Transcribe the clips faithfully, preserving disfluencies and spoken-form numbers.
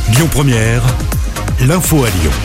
Lyon Première, l'info à Lyon.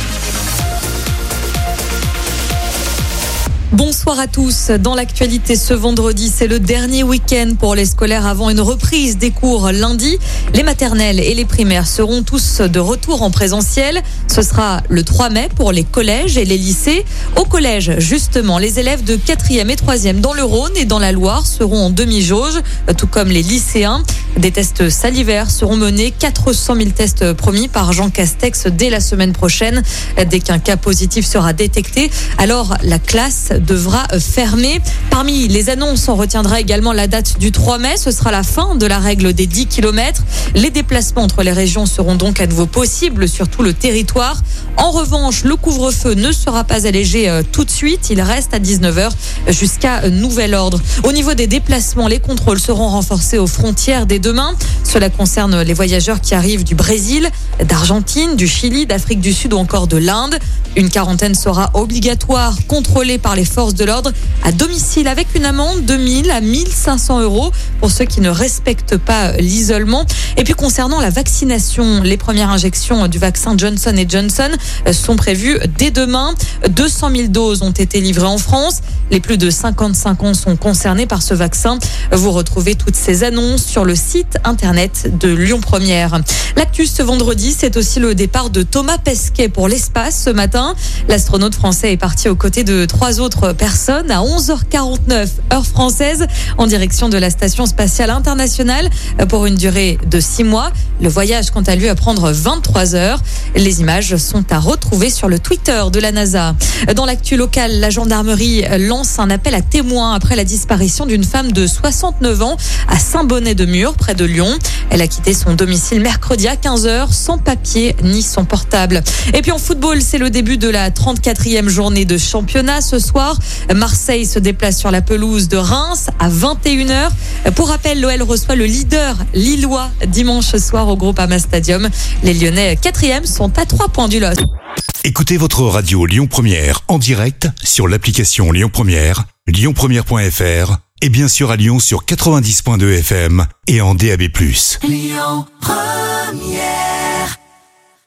Bonsoir à tous. Dans l'actualité ce vendredi, c'est le dernier week-end pour les scolaires avant une reprise des cours lundi. Les maternelles et les primaires seront tous de retour en présentiel. Ce sera le trois mai pour les collèges et les lycées. Au collège, justement, les élèves de quatrième et troisième dans le Rhône et dans la Loire seront en demi-jauge, tout comme les lycéens. Des tests salivaires seront menés, quatre cent mille tests promis par Jean Castex dès la semaine prochaine. Dès qu'un cas positif sera détecté, alors la classe devra fermer. Parmi les annonces, on retiendra également la date du trois mai. Ce sera la fin de la règle des dix kilomètres. Les déplacements entre les régions seront donc à nouveau possibles sur tout le territoire. En revanche, le couvre-feu ne sera pas allégé euh, tout de suite. Il reste à dix-neuf heures jusqu'à nouvel ordre. Au niveau des déplacements, les contrôles seront renforcés aux frontières dès demain. Cela concerne les voyageurs qui arrivent du Brésil, d'Argentine, du Chili, d'Afrique du Sud ou encore de l'Inde. Une quarantaine sera obligatoire, contrôlée par les forces de l'ordre à domicile avec une amende de mille à mille cinq cents euros pour ceux qui ne respectent pas l'isolement. Et puis concernant la vaccination, les premières injections du vaccin Johnson et Johnson sont prévues dès demain. deux cent mille doses ont été livrées en France. Les plus de cinquante-cinq ans sont concernés par ce vaccin. Vous retrouvez toutes ces annonces sur le site internet de Lyon Première. L'actu ce vendredi, c'est aussi le départ de Thomas Pesquet pour l'espace ce matin. L'astronaute français est parti aux côtés de trois autres personnes à onze heures quarante-neuf heure française en direction de la station spatiale internationale pour une durée de six mois. Le voyage, quant à lui, va prendre vingt-trois heures. Les images sont à retrouver sur le Twitter de la NASA. Dans l'actu locale, la gendarmerie lance un appel à témoins après la disparition d'une femme de soixante-neuf ans à Saint-Bonnet-de-Mur, près de Lyon. Elle a quitté son domicile mercredi à quinze heures sans papier ni son portable. Et puis en football, c'est le début de la trente-quatrième journée de championnat ce soir. Marseille se déplace sur la pelouse de Reims à vingt et une heures. Pour rappel, l'O L reçoit le leader lillois dimanche soir au Groupama Stadium. Les Lyonnais quatrième sont à trois points du lot. Écoutez votre radio Lyon Première en direct sur l'application Lyon Première, lyon première point f r et bien sûr à Lyon sur quatre-vingt-dix point deux F M et en D A B plus. Lyon Première.